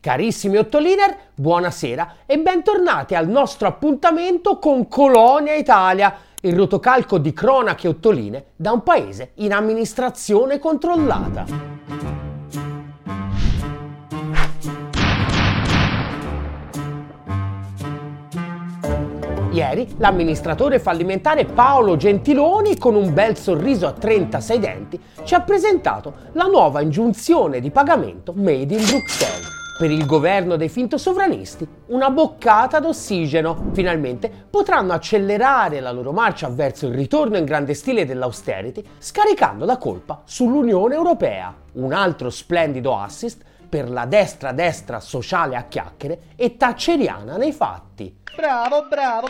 Carissimi Ottoliner, buonasera e bentornati al nostro appuntamento con Colonia Italia, il rotocalco di cronache ottoline da un paese in amministrazione controllata. Ieri l'amministratore fallimentare Paolo Gentiloni, con un bel sorriso a 36 denti, ci ha presentato la nuova ingiunzione di pagamento made in Bruxelles. Per il governo dei fintosovranisti, una boccata d'ossigeno. Finalmente potranno accelerare la loro marcia verso il ritorno in grande stile dell'austerity, scaricando la colpa sull'Unione Europea. Un altro splendido assist per la destra sociale a chiacchiere e thatcheriana nei fatti. Bravo,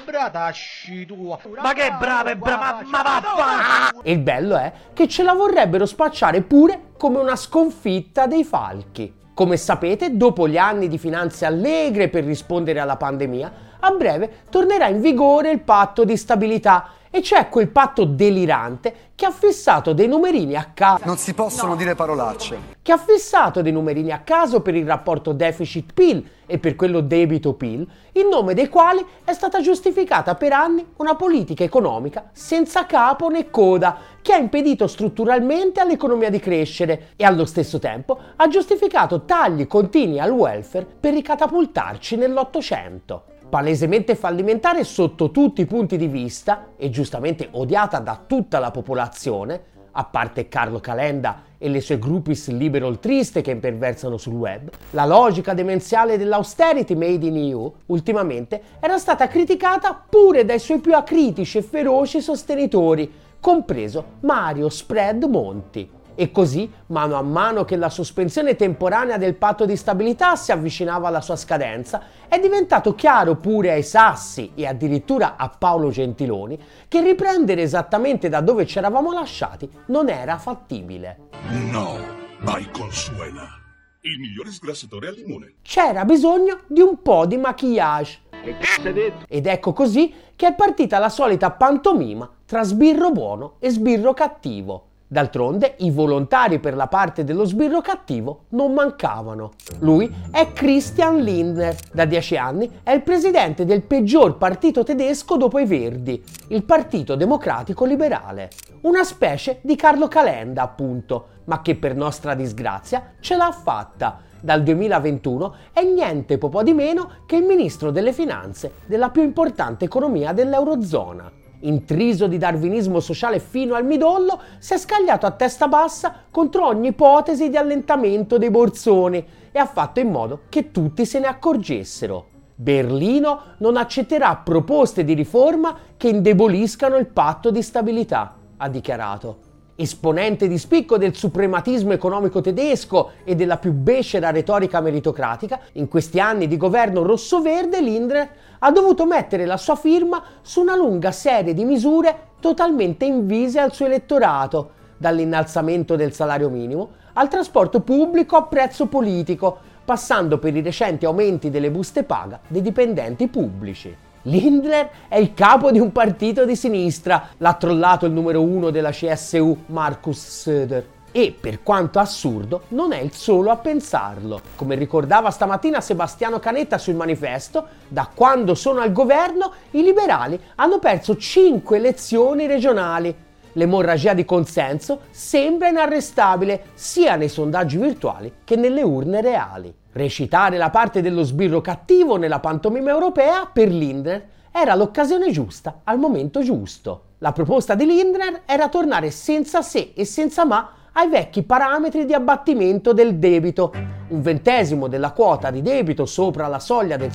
tasci tua. Ma che bravo, ma vaffanculo. E il bello è che ce la vorrebbero spacciare pure come una sconfitta dei falchi. Come sapete, dopo gli anni di finanze allegre per rispondere alla pandemia, a breve tornerà in vigore il patto di stabilità, e c'è quel patto delirante che ha fissato dei numerini a caso. Non si possono dire parolacce. Che ha fissato dei numerini a caso per il rapporto deficit-PIL e per quello debito-PIL, in nome dei quali è stata giustificata per anni una politica economica senza capo né coda, che ha impedito strutturalmente all'economia di crescere e allo stesso tempo ha giustificato tagli continui al welfare per ricatapultarci nell'Ottocento. Palesemente fallimentare sotto tutti i punti di vista e giustamente odiata da tutta la popolazione, a parte Carlo Calenda e le sue groupies liberal triste che imperversano sul web, la logica demenziale dell'austerity made in EU ultimamente era stata criticata pure dai suoi più acritici e feroci sostenitori, compreso Mario Spread Monti. E così, mano a mano che la sospensione temporanea del patto di stabilità si avvicinava alla sua scadenza, è diventato chiaro pure ai Sassi e addirittura a Paolo Gentiloni che riprendere esattamente da dove ci eravamo lasciati non era fattibile. No, vai Consuela, il migliore sgrassatore al limone. C'era bisogno di un po' di maquillage. Che cazzo hai detto? Ed ecco così che è partita la solita pantomima tra sbirro buono e sbirro cattivo. D'altronde i volontari per la parte dello sbirro cattivo non mancavano. Lui è Christian Lindner, da 10 anni è il presidente del peggior partito tedesco dopo i Verdi, il Partito Democratico Liberale. Una specie di Carlo Calenda, appunto, ma che per nostra disgrazia ce l'ha fatta. Dal 2021 è niente po' di meno che il ministro delle finanze della più importante economia dell'Eurozona. Intriso di darwinismo sociale fino al midollo, si è scagliato a testa bassa contro ogni ipotesi di allentamento dei borsoni e ha fatto in modo che tutti se ne accorgessero. Berlino non accetterà proposte di riforma che indeboliscano il patto di stabilità, ha dichiarato. Esponente di spicco del suprematismo economico tedesco e della più becera retorica meritocratica, in questi anni di governo rosso-verde Lindner ha dovuto mettere la sua firma su una lunga serie di misure totalmente invise al suo elettorato, dall'innalzamento del salario minimo al trasporto pubblico a prezzo politico, passando per i recenti aumenti delle buste paga dei dipendenti pubblici. Lindner è il capo di un partito di sinistra, l'ha trollato il numero 1 della CSU, Markus Söder. E, per quanto assurdo, non è il solo a pensarlo. Come ricordava stamattina Sebastiano Canetta sul Manifesto, da quando sono al governo i liberali hanno perso 5 elezioni regionali. L'emorragia di consenso sembra inarrestabile sia nei sondaggi virtuali che nelle urne reali. Recitare la parte dello sbirro cattivo nella pantomima europea per Lindner era l'occasione giusta al momento giusto. La proposta di Lindner era tornare senza se e senza ma ai vecchi parametri di abbattimento del debito, 1/20 della quota di debito sopra la soglia del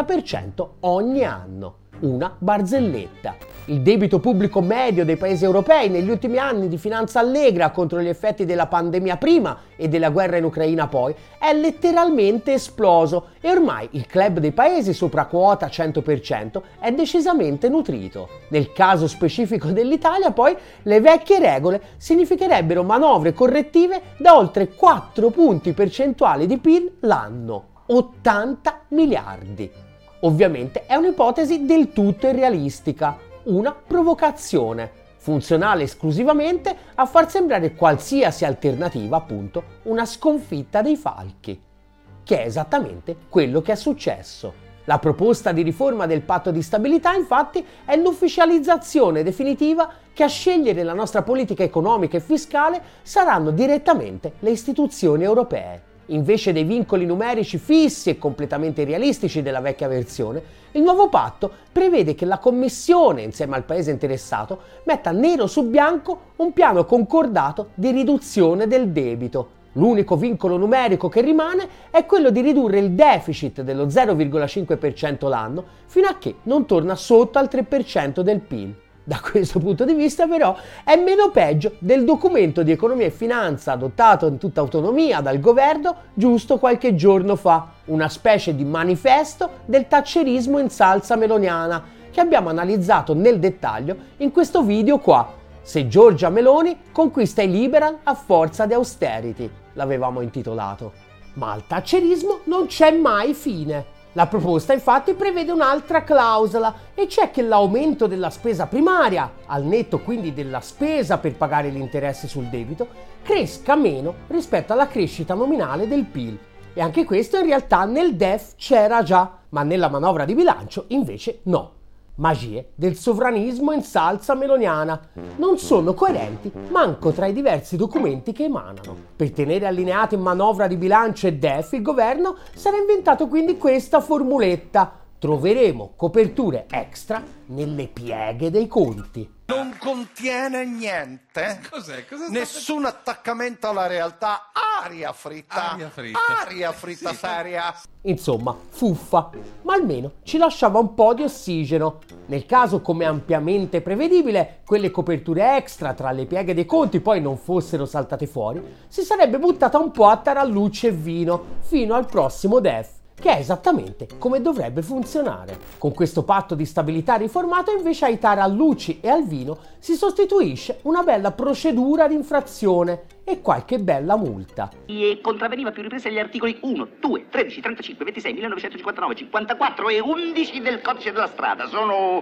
60% ogni anno. Una barzelletta. Il debito pubblico medio dei paesi europei negli ultimi anni di finanza allegra contro gli effetti della pandemia prima e della guerra in Ucraina poi è letteralmente esploso e ormai il club dei paesi sopra quota 100% è decisamente nutrito. Nel caso specifico dell'Italia poi le vecchie regole significherebbero manovre correttive da oltre 4 punti percentuali di PIL l'anno, 80 miliardi. Ovviamente è un'ipotesi del tutto irrealistica, una provocazione, funzionale esclusivamente a far sembrare qualsiasi alternativa, appunto, una sconfitta dei falchi. che è esattamente quello che è successo. La proposta di riforma del patto di stabilità, infatti, è l'ufficializzazione definitiva che a scegliere la nostra politica economica e fiscale saranno direttamente le istituzioni europee. Invece dei vincoli numerici fissi e completamente irrealistici della vecchia versione, il nuovo patto prevede che la Commissione, insieme al paese interessato, metta nero su bianco un piano concordato di riduzione del debito. L'unico vincolo numerico che rimane è quello di ridurre il deficit dello 0,5% l'anno fino a che non torna sotto al 3% del PIL. Da questo punto di vista però è meno peggio del documento di economia e finanza adottato in tutta autonomia dal governo giusto qualche giorno fa, una specie di manifesto del thatcherismo in salsa meloniana che abbiamo analizzato nel dettaglio in questo video qua. Se Giorgia Meloni conquista i liberal a forza di austerity, l'avevamo intitolato. Ma al thatcherismo non c'è mai fine. La proposta infatti prevede un'altra clausola, e cioè che l'aumento della spesa primaria, al netto quindi della spesa per pagare gli interessi sul debito, cresca meno rispetto alla crescita nominale del PIL. E anche questo in realtà nel DEF c'era già, ma nella manovra di bilancio invece no. Magie del sovranismo in salsa meloniana. Non sono coerenti manco tra i diversi documenti che emanano. Per tenere allineati manovra di bilancio e DEF, il governo sarà inventato quindi questa formuletta: troveremo coperture extra nelle pieghe dei conti. Non contiene niente. Cos'è? Nessun attaccamento alla realtà. Aria fritta. Aria fritta. Aria fritta Sì. seria. Insomma, fuffa, ma almeno ci lasciava un po' di ossigeno. Nel caso, come ampiamente prevedibile, quelle coperture extra tra le pieghe dei conti poi non fossero saltate fuori, si sarebbe buttata un po' a tarallucce e vino fino al prossimo DEF, che è esattamente come dovrebbe funzionare. Con questo patto di stabilità riformato, invece, ai tarallucci e al vino si sostituisce una bella procedura di infrazione e qualche bella multa. E contravveniva più riprese agli articoli 1, 2, 13, 35, 26, 1959, 54 e 11 del codice della strada. Sono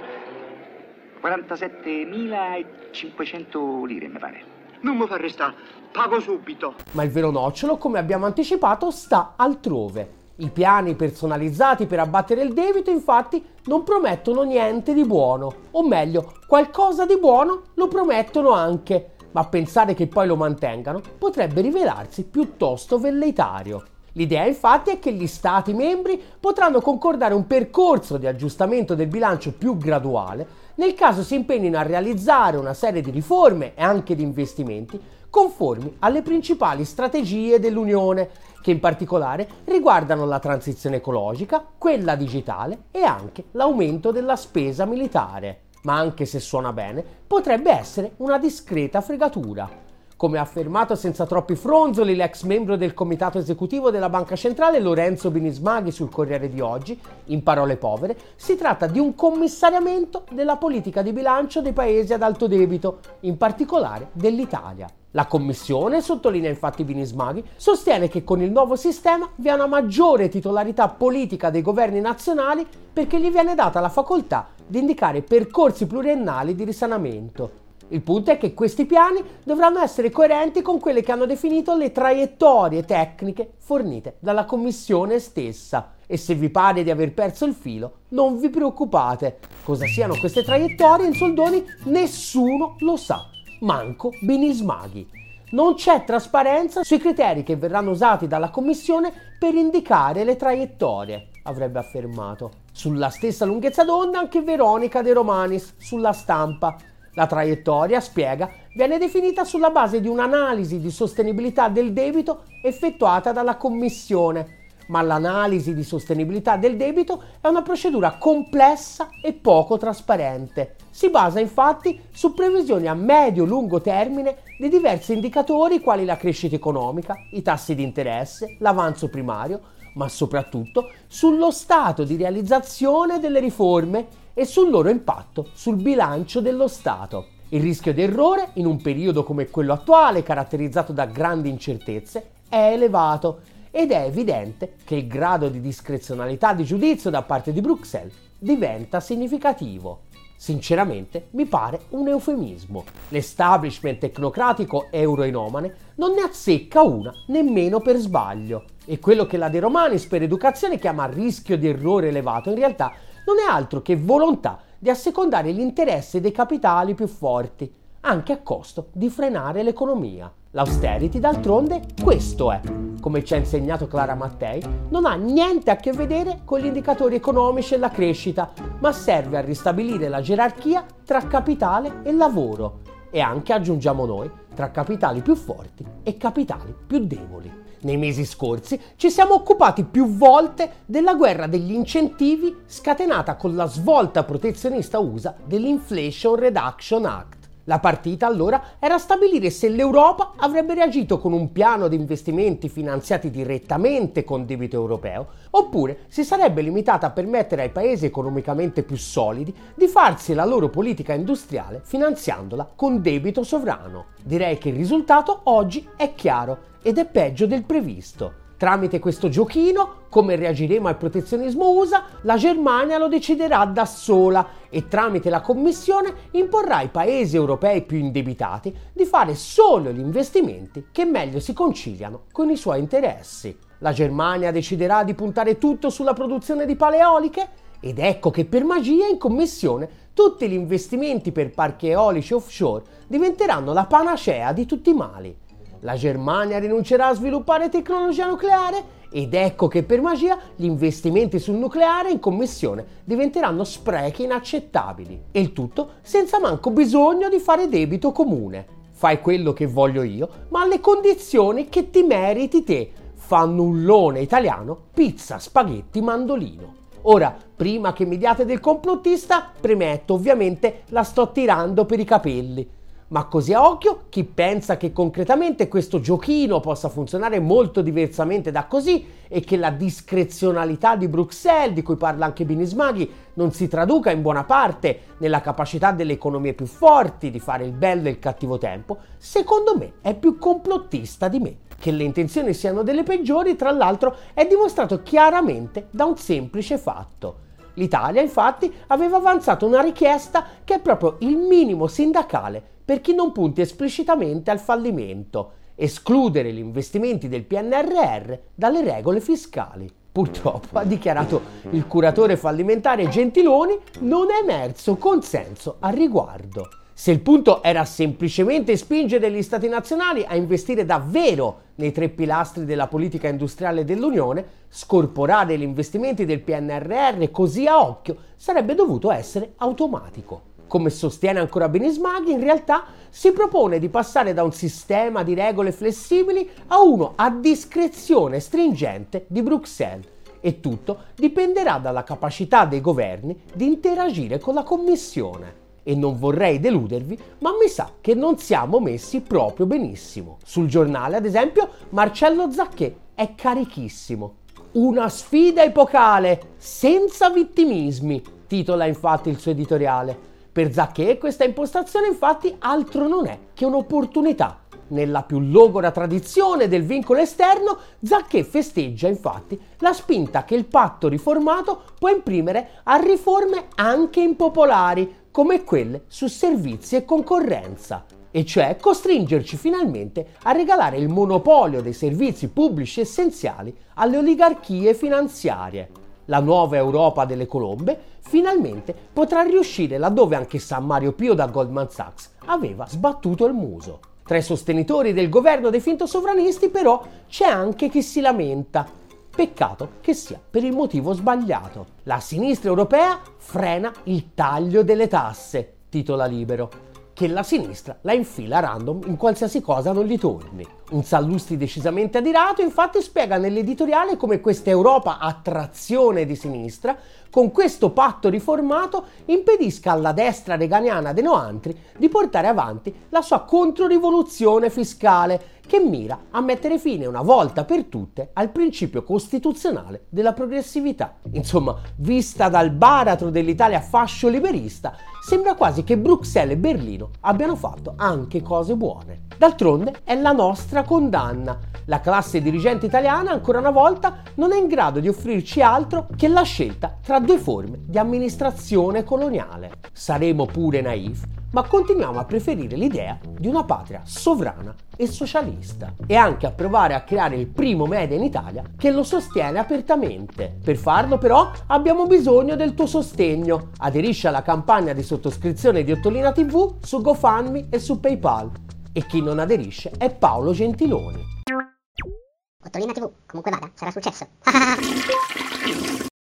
47.500 lire, mi pare. Non mi fa restare, pago subito. Ma il vero nocciolo, come abbiamo anticipato, sta altrove. I piani personalizzati per abbattere il debito, infatti, non promettono niente di buono, o meglio, qualcosa di buono lo promettono anche, ma pensare che poi lo mantengano potrebbe rivelarsi piuttosto velleitario. L'idea infatti è che gli Stati membri potranno concordare un percorso di aggiustamento del bilancio più graduale nel caso si impegnino a realizzare una serie di riforme e anche di investimenti conformi alle principali strategie dell'Unione, che in particolare riguardano la transizione ecologica, quella digitale e anche l'aumento della spesa militare. Ma anche se suona bene, potrebbe essere una discreta fregatura. Come ha affermato senza troppi fronzoli l'ex membro del comitato esecutivo della Banca Centrale Lorenzo Binismaghi sul Corriere di Oggi, in parole povere, si tratta di un commissariamento della politica di bilancio dei paesi ad alto debito, in particolare dell'Italia. La Commissione, sottolinea infatti Binismaghi, sostiene che con il nuovo sistema vi è una maggiore titolarità politica dei governi nazionali perché gli viene data la facoltà di indicare percorsi pluriennali di risanamento. Il punto è che questi piani dovranno essere coerenti con quelle che hanno definito le traiettorie tecniche fornite dalla Commissione stessa. E se vi pare di aver perso il filo, non vi preoccupate. Cosa siano queste traiettorie, in soldoni, nessuno lo sa. Manco Binismaghi. Non c'è trasparenza sui criteri che verranno usati dalla Commissione per indicare le traiettorie, avrebbe affermato. Sulla stessa lunghezza d'onda anche Veronica De Romanis, sulla Stampa. La traiettoria, spiega, viene definita sulla base di un'analisi di sostenibilità del debito effettuata dalla Commissione. Ma l'analisi di sostenibilità del debito è una procedura complessa e poco trasparente. Si basa infatti su previsioni a medio-lungo termine di diversi indicatori quali la crescita economica, i tassi di interesse, l'avanzo primario, ma soprattutto sullo stato di realizzazione delle riforme e sul loro impatto sul bilancio dello Stato. Il rischio di errore, in un periodo come quello attuale caratterizzato da grandi incertezze, è elevato ed è evidente che il grado di discrezionalità di giudizio da parte di Bruxelles diventa significativo. Sinceramente mi pare un eufemismo. L'establishment tecnocratico euroinomane non ne azzecca una nemmeno per sbaglio. E quello che la De Romanis per educazione chiama rischio di errore elevato in realtà non è altro che volontà di assecondare l'interesse dei capitali più forti, anche a costo di frenare l'economia. L'austerity, d'altronde, questo è. Come ci ha insegnato Clara Mattei, non ha niente a che vedere con gli indicatori economici e la crescita, ma serve a ristabilire la gerarchia tra capitale e lavoro e anche, aggiungiamo noi, tra capitali più forti e capitali più deboli. Nei mesi scorsi ci siamo occupati più volte della guerra degli incentivi scatenata con la svolta protezionista USA dell'Inflation Reduction Act. La partita allora era stabilire se l'Europa avrebbe reagito con un piano di investimenti finanziati direttamente con debito europeo oppure si sarebbe limitata a permettere ai paesi economicamente più solidi di farsi la loro politica industriale finanziandola con debito sovrano. Direi che il risultato oggi è chiaro ed è peggio del previsto. Tramite questo giochino, come reagiremo al protezionismo USA, la Germania lo deciderà da sola e tramite la Commissione imporrà ai paesi europei più indebitati di fare solo gli investimenti che meglio si conciliano con i suoi interessi. La Germania deciderà di puntare tutto sulla produzione di pale eoliche ed ecco che per magia in Commissione tutti gli investimenti per parchi eolici offshore diventeranno la panacea di tutti i mali. La Germania rinuncerà a sviluppare tecnologia nucleare ed ecco che per magia gli investimenti sul nucleare in Commissione diventeranno sprechi inaccettabili. E il tutto senza manco bisogno di fare debito comune. Fai quello che voglio io, ma alle condizioni che ti meriti te. Fannullone italiano, pizza, spaghetti, mandolino. Ora, prima che mi diate del complottista, premetto ovviamente la sto tirando per i capelli. Ma così a occhio, chi pensa che concretamente questo giochino possa funzionare molto diversamente da così e che la discrezionalità di Bruxelles, di cui parla anche Binismaghi, non si traduca in buona parte nella capacità delle economie più forti di fare il bello e il cattivo tempo, secondo me è più complottista di me. Che le intenzioni siano delle peggiori, tra l'altro, è dimostrato chiaramente da un semplice fatto. L'Italia, infatti, aveva avanzato una richiesta che è proprio il minimo sindacale per chi non punti esplicitamente al fallimento: escludere gli investimenti del PNRR dalle regole fiscali. Purtroppo, ha dichiarato il curatore fallimentare Gentiloni, non è emerso consenso al riguardo. Se il punto era semplicemente spingere gli stati nazionali a investire davvero nei 3 pilastri della politica industriale dell'Unione, scorporare gli investimenti del PNRR così a occhio sarebbe dovuto essere automatico. Come sostiene ancora Binismaghi, in realtà si propone di passare da un sistema di regole flessibili a uno a discrezione stringente di Bruxelles e tutto dipenderà dalla capacità dei governi di interagire con la Commissione. E non vorrei deludervi, ma mi sa che non siamo messi proprio benissimo. Sul Giornale, ad esempio, Marcello Zacché è carichissimo. Una sfida epocale, senza vittimismi, titola infatti il suo editoriale. Per Zacché questa impostazione infatti altro non è che un'opportunità. Nella più logora tradizione del vincolo esterno, Zacché festeggia infatti la spinta che il patto riformato può imprimere a riforme anche impopolari, come quelle su servizi e concorrenza, e cioè costringerci finalmente a regalare il monopolio dei servizi pubblici essenziali alle oligarchie finanziarie. La nuova Europa delle colombe finalmente potrà riuscire laddove anche San Mario Pio da Goldman Sachs aveva sbattuto il muso. Tra i sostenitori del governo dei finto sovranisti però c'è anche chi si lamenta. Peccato che sia per il motivo sbagliato. La sinistra europea frena il taglio delle tasse, titola Libero, che la sinistra la infila random in qualsiasi cosa non gli torni. Un Sallusti decisamente adirato infatti spiega nell'editoriale come questa Europa a trazione di sinistra con questo patto riformato impedisca alla destra reganiana dei Noantri di portare avanti la sua controrivoluzione fiscale che mira a mettere fine una volta per tutte al principio costituzionale della progressività. Insomma, vista dal baratro dell'Italia fascio liberista, sembra quasi che Bruxelles e Berlino abbiano fatto anche cose buone. D'altronde è la nostra condanna. La classe dirigente italiana, ancora una volta, non è in grado di offrirci altro che la scelta tra due forme di amministrazione coloniale. Saremo pure naif, ma continuiamo a preferire l'idea di una patria sovrana e socialista e anche a provare a creare il primo media in Italia che lo sostiene apertamente. Per farlo però abbiamo bisogno del tuo sostegno. Aderisci alla campagna di sottoscrizione di Ottolina TV su GoFundMe e su PayPal. E chi non aderisce è Paolo Gentiloni. Ottolina TV, comunque vada, sarà successo.